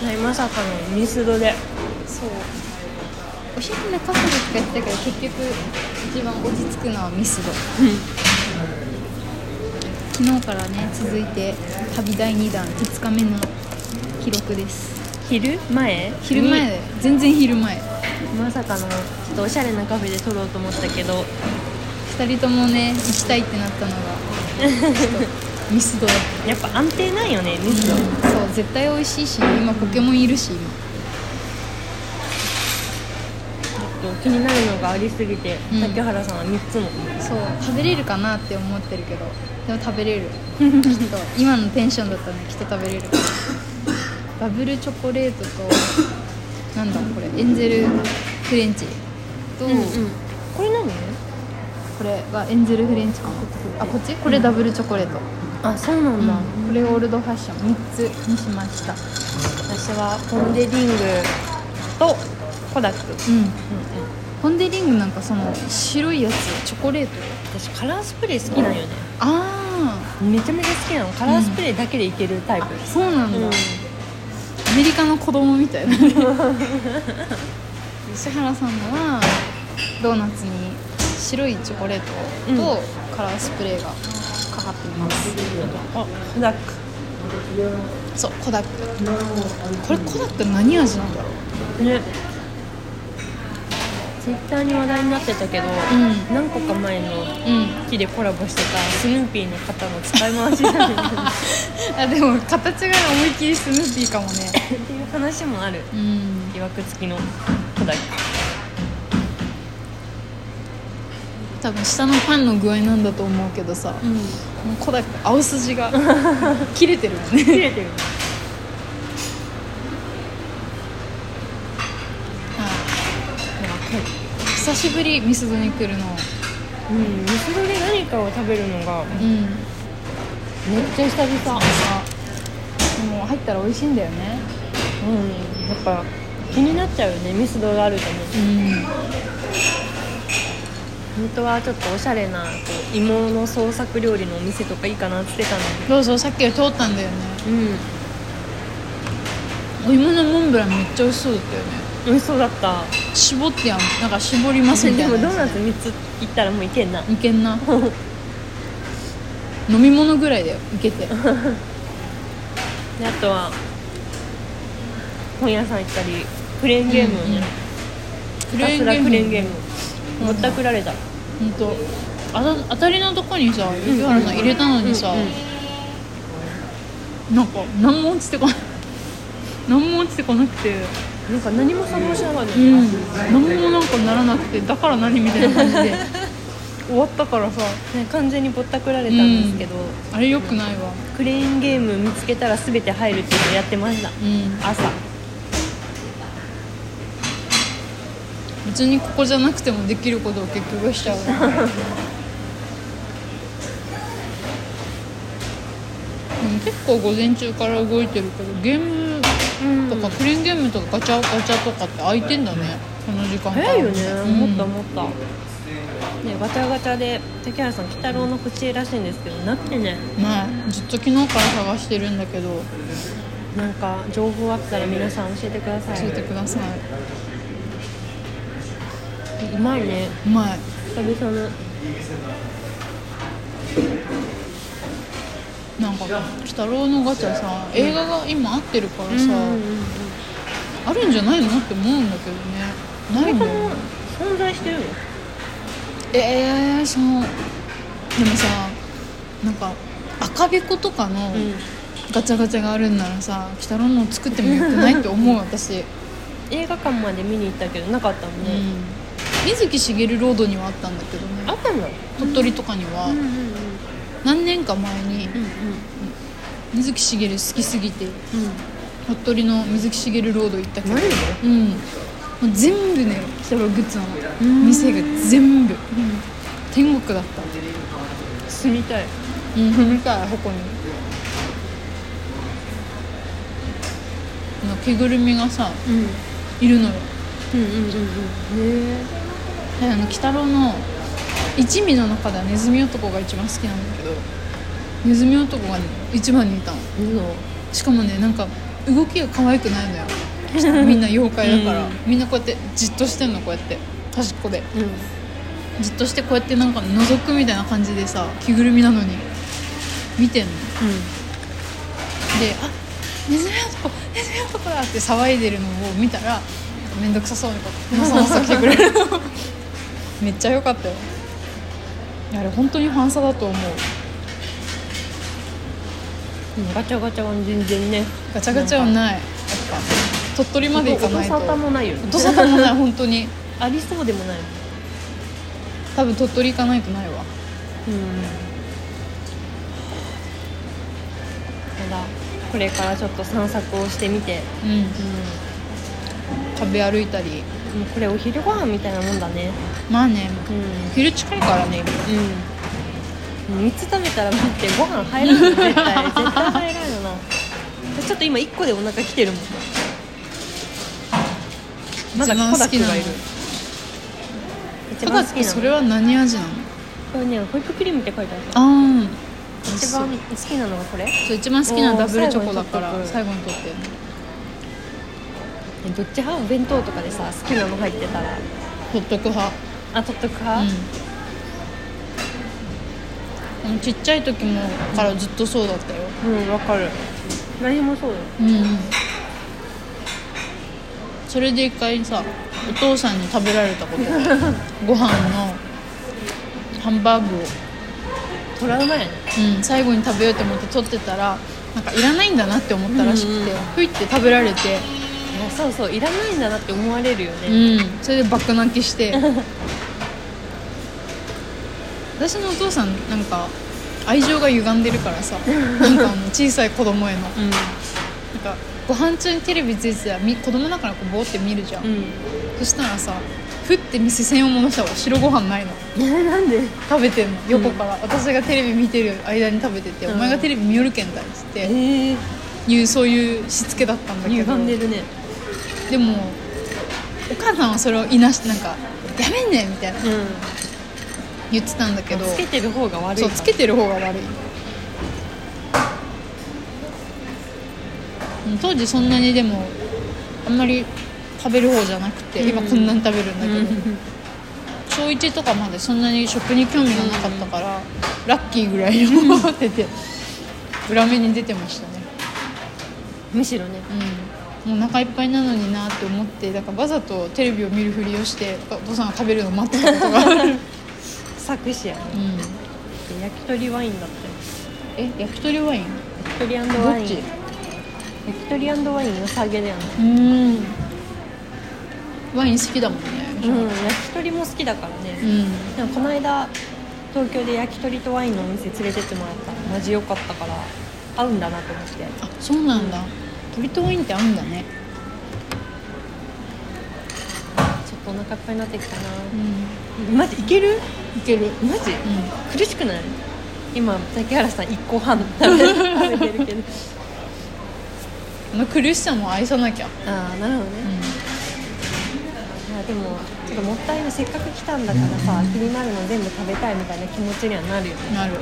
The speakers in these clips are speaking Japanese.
まさかのミスドで。 そうおしゃれなカフェで使ってたけど結局一番落ち着くのはミスド。昨日からね続いて旅第2弾2日目の記録です。 昼前で全然昼前。 まさかのちょっとおしゃれなカフェで撮ろうと思ったけど 2人ともね行きたいってなったのがちょっとミスドだった。 やっぱ安定ないよねミスド、 そう絶対美味しいし、今ポケモンいるし今気になるのがありすぎて、竹原さんは3つも。 そう食べれるかなって思ってるけどでも食べれるきっと今のテンションだったらねきっと食べれるダブルチョコレートとなんだこれエンゼルフレンチと、 これ何？ これがエンゼルフレンチかなあこっちこれダブルチョコレート、 あそうなんだ、 これオールドファッション3つにしました。 私はポン・デ・リングとコダック。 ポン・デ・リングなんかその白いやつチョコレート。 私カラースプレー好きなんよね。めちゃめちゃ好きなの。カラースプレーだけでいけるタイプ。 そうなんだ、アメリカの子供みたいな石原さんのはドーナツに白いチョコレートとカラースプレーがかかっています。 コダック。 そうコダック。これコダック何味なんだろうね。ツイッターに話題になってたけど、何個か前の木でコラボしてたスヌーピーの方の使い回しじゃないあでも形が思いっきりスヌーピーかもねっていう話もある。いわくつきのコダック。 多分下のパンの具合なんだと思うけどさ、もうコダック青筋が切れてるよね。 切れてる。 久しぶりミスドに来るの。 ミスドで何かを食べるのが、めっちゃ久々。 でも入ったら美味しいんだよね。 やっぱ気になっちゃうよねミスドがあるとね。本当はちょっとおしゃれなこう芋の創作料理のお店とかいいかなって言ってたんだけど。 そうさっき通ったんだよね。お芋のモンブランめっちゃ美味しそうだったよね。 美味しそうだった。 絞ってやんなんか絞りますみたいな。 でもドーナツ3ついったらもういけんな。 いけんな飲み物ぐらいだよいけて。であとは本屋さん行ったりクレーンゲームをね、ひたすらクレーンゲームぼったくられた。 本当当たりのとこにさ雪原さん入れたのにさ、なんか何も落ちてこない何も落ちてこなくて、 なんか何も反応しなかった。 何もなんかならなくて、だから何みたいな感じで終わったからさ、 ね、完全にぼったくられたんですけど、 あれ良くないわ。 クレーンゲーム見つけたら全て入るっていうのをやってました、朝。 別にここじゃなくてもできることを結局しちゃう結構午前中から動いてるけど、ゲームとかクレーンゲームとかガチャガチャとかって開いてんだね、この時間から。 早いよね、思った思った、ね、ガチャガチャで竹原さん鬼太郎の口らしいんですけどなくてね、 ずっと昨日から探してるんだけど、 なんか情報あったら皆さん教えてください。 教えてください。 うまいね、 うまい。 久々のなんか鬼太郎のガチャさ、映画が今合ってるからさ、あるんじゃないのって思うんだけどね。ないもん。 存在してるの？ そう。でもさ、なんか赤べことかのガチャガチャがあるんならさ、鬼太郎の作ってもよくないって思う私。 映画館まで見に行ったけどなかったもんね、 水木しげるロードにはあったんだけどね。 あったんだ。 鳥取とかには、何年か前に、水木しげる好きすぎて、鳥取の水木しげるロード行ったけど、もう全部ね、鬼太郎グッズなの、店が全部、天国だった。 住みたい。 住みたい、ここに。着ぐるみがさ、いるのよ。鬼太郎の一味の中ではネズミ男が一番好きなんだけど、ネズミ男が、ね、一番にいたの、しかもね、なんか動きが可愛くないのよみんな妖怪だから、 うんみんなこうやってじっとしてんの、こうやって端っこでうんじっとしてこうやってなんか覗くみたいな感じでさ、着ぐるみなのに見てんので、あ、ネズミ男ネズミ男だって騒いでるのを見たらめんどくさそうにこうまさまさ来てくれるのめっちゃ良かったよ。あれ本当にファンサだと思う。 ガチャガチャは全然ね、 ガチャガチャはない、やっぱ鳥取まで行かないと。 音沙汰もないよね。 音沙汰もない本当にありそうでもない。 多分鳥取行かないとないわ。 ただこれからちょっと散策をしてみて、 食べ歩いたり。 もうこれお昼ご飯みたいなもんだね。 まあね、昼近いからね今。 3つ食べたら待ってご飯入らない絶対入らんよな。ちょっと今1個でお腹きてるもん。まだコダックがいる。 コダックそれは何味なの？ これね、ホイップクリームって書いてある。一番好きなのがこれ？ そう、一番好きなダブルチョコだから最後に取ってるの。 どっち派？お弁当とかでさ、好きなの入ってたら取っとく派。 あ、取っとく派？ ちっちゃい時もからずっとそうだったよ。 わかる。何もそうだよ。 それで一回さ、お父さんに食べられたことがご飯のハンバーグをトラウマやね。 最後に食べようと思って取ってたら、なんかいらないんだなって思ったらしくて、ふいって食べられて、 そうそう、いらないんだなって思われるよね。 それで爆泣きして私のお父さんなんか愛情が歪んでるからさなんか小さい子供への、なんかご飯中にテレビついてたら子供だからこうボーって見るじゃん、そしたらさ、ふって視線を戻したら白ご飯ないの。 なんで食べてんの横から、私がテレビ見てる間に食べてて、お前がテレビ見よるけんだっつってそういうしつけだったんだけど、 歪んでるね。 でもお母さんはそれをいなしてなんかやめんねみたいな、言ってたんだけど、 つけてる方が悪い。 そう、つけてる方が悪い。当時そんなにでもあんまり食べる方じゃなくて、今こんなに食べるんだけど、小1とかまでそんなに食に興味がなかったから、ラッキーぐらいに思ってて裏目に出てましたね。 むしろね、 もうお腹いっぱいなのになって思って、だからわざとテレビを見るふりをしてお父さんが食べるのを待ってたことがある作詞やね。焼き鳥ワインだって。 焼き鳥ワイン？ 焼き鳥&ワイン。どっち？焼き鳥&ワイン良さげだよね。 ワイン好きだもんね。 焼き鳥も好きだからね。でもこの間東京で焼き鳥とワインのお店連れてってもらったらマジ良かったから合うんだなと思って。 あ、そうなんだ。鳥とワインって合うんだね。 ちょっとお腹いっぱいになってきたな。マジいける？ いける。 マジ？苦しくない？今竹原さん1個半食べてるけど苦しさも愛さなきゃ。 ああ、なるほどね。でもちょっともったいない、せっかく来たんだからさ、気になるの全部食べたいみたいな気持ちにはなるよね。 なる。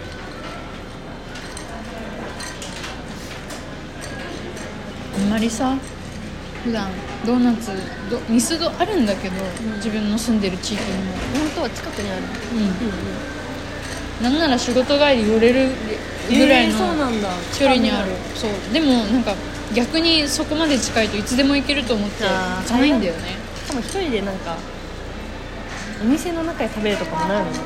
あんまりさ、普段ドーナツミスドあるんだけど、自分の住んでる地域にも本当は近くにある。 なんなら仕事帰り寄れるぐらいの距離にある。そう、でもなんか逆にそこまで近いといつでも行けると思って行かないんだよね。 しかも一人でなんかお店の中で食べるとかもないもんね。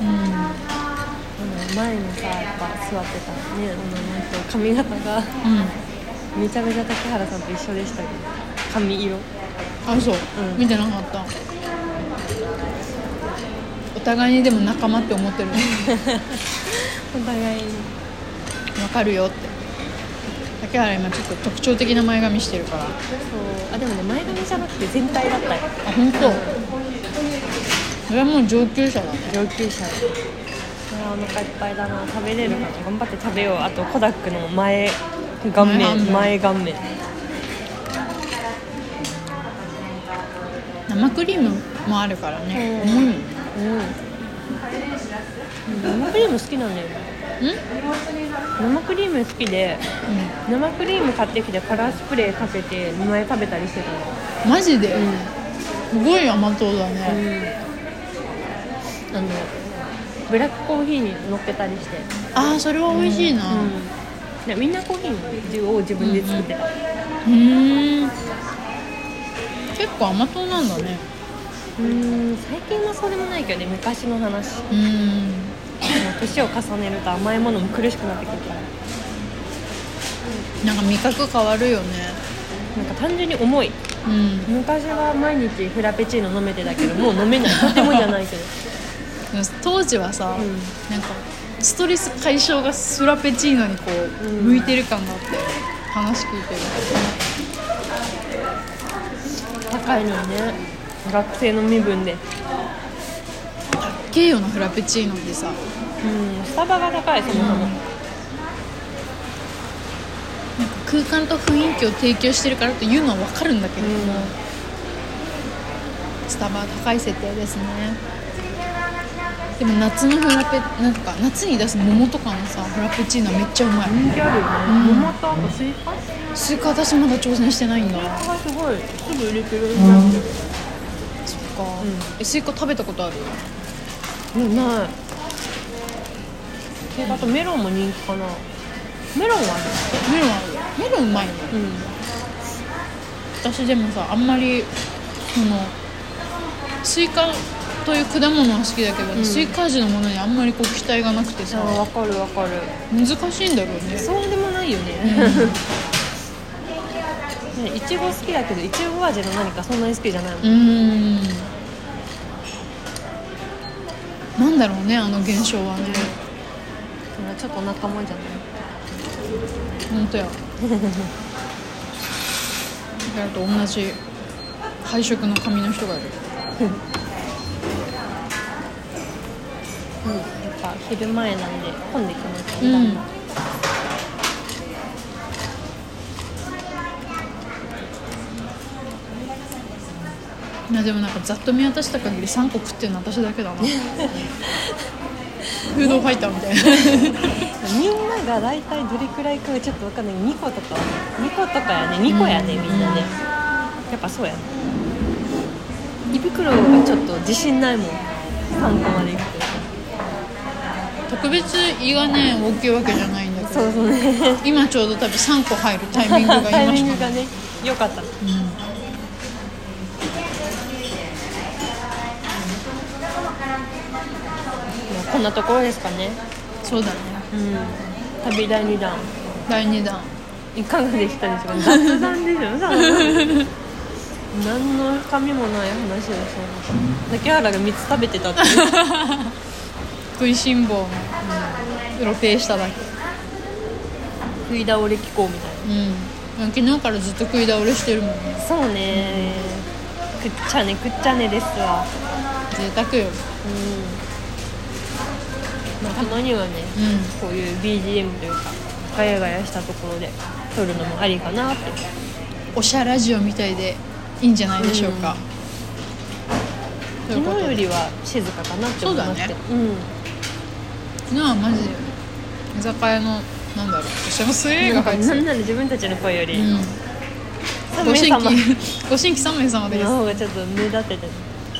前にさ、やっぱ座ってたね、女の人髪型が、めちゃめちゃ竹原さんと一緒でしたけど、髪色。 あ、そう、見てなかった。お互いにでも仲間って思ってるお互いに分かるよって。竹原今ちょっと特徴的な前髪してるから。そう。 あ、でもね、前髪じゃなくて全体だったよ。 あ、本当。それはもう上級者だね。 上級者だ。お腹いっぱいだな。食べれるかな。頑張って食べよう。あとコダックの前顔面。 生クリームもあるからね。重いもんね。 生クリーム好きなんだよね。 生クリーム好きで、生クリーム買ってきてカラースプレーかけて前食べたりしてたの。 マジで、すごい甘党だね、 ブラックコーヒーに乗っけたりして。 ああ、それは美味しいな、 みんなコーヒーを自分で作ってた。 結構甘党なんだね。 最近はそうでもないけどね、昔の話。もう年を重ねると甘いものも苦しくなってくるから。 なんか味覚変わるよね。 なんか単純に重い、昔は毎日フラペチーノ飲めてたけど、もう飲めない。とてもじゃないけど当時はさ、なんかストレス解消がフラペチーノにこう、向いてる感があって話聞いてる。 高いのよね、学生の身分で。 高えよな、フラペチーノってさ。 スタバが高い、そもそも。 なんか空間と雰囲気を提供してるからというのは分かるんだけども、スタバは高い設定ですね。でも夏のフラペ、なんか夏に出す桃とかのさフラペチーノめっちゃうまい。 人気あるよね、桃とあとスイカ。 スイカ私まだ挑戦してないんだ。 スイカがすごいすぐ売れてる、 そっか、スイカ食べたことある？ ない。あとメロンも人気かな。メロンはある。 メロンある。メロンうまいね。私でもさ、あんまりそのスイカという果物は好きだけど、スイカ味のものにあんまりこう期待がなくてさ。 わかる難しいんだろうね。 そうでもないよね。いちご好きだけど、いちご味の何かそんなに好きじゃないもん。 なんだろうね、あの現象はね。 ちょっと仲間じゃない。 本当や。だと同じ配色の髪の人がいる。 やっぱ昼前なんで混んできますね。 でもなんかざっと見渡した限り3個食ってるの私だけだな。フードファイターみたいな。 みんなが大体どれくらいかちょっと分かんない。2個とかやね。2個やね、みんなね。やっぱそうやね。胃袋がちょっと自信ないもん、3個までいくと。 特別胃がね大きいわけじゃないんだけど、 そうね、 今ちょうど多分3個入るタイミングが今しかない。 タイミングがね、良かった。こんなところですかね。 そうだね。 旅第2弾。いかがでしたでしょうか。雑談でしょ。何の深みもない話でしょ。竹原が3つ食べてたっていう。 食いしん坊の露呈しただけ。 食い倒れ機構みたいな。昨日からずっと食い倒れしてるもんね。 そうね。くっちゃねですわ。 贅沢よ。 たまにはね、こういう BGM というかガヤガヤしたところで撮るのもありかなって。 おしゃラジオみたいでいいんじゃないでしょうか。 昨日よりは静かかなって思いますけど。 昨日はマジで居酒屋のなんだろう、おしゃのスエーが入ってた。 なんなら自分たちの声より、 ご新規3名様です。 の方がちょっと目立ってて、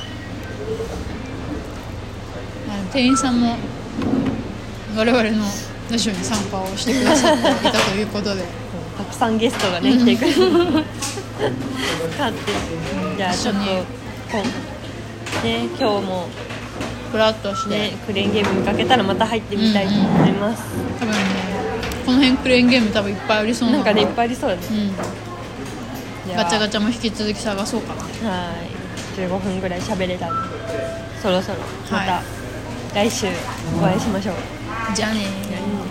店員さんも我々のラジオに参加をしてくださっていたということでたくさんゲストがね来てくれるかって、じゃあちょっと今日もフラッとして、 クレーンゲーム見かけたらまた入ってみたいと思います。 多分ね、この辺クレーンゲーム多分いっぱいありそうな。 なんかね、いっぱいありそうだね。 ガチャガチャも引き続き探そうかな。 15分ぐらい喋れたんで、そろそろまた来週お会いしましょう。 じゃあねー。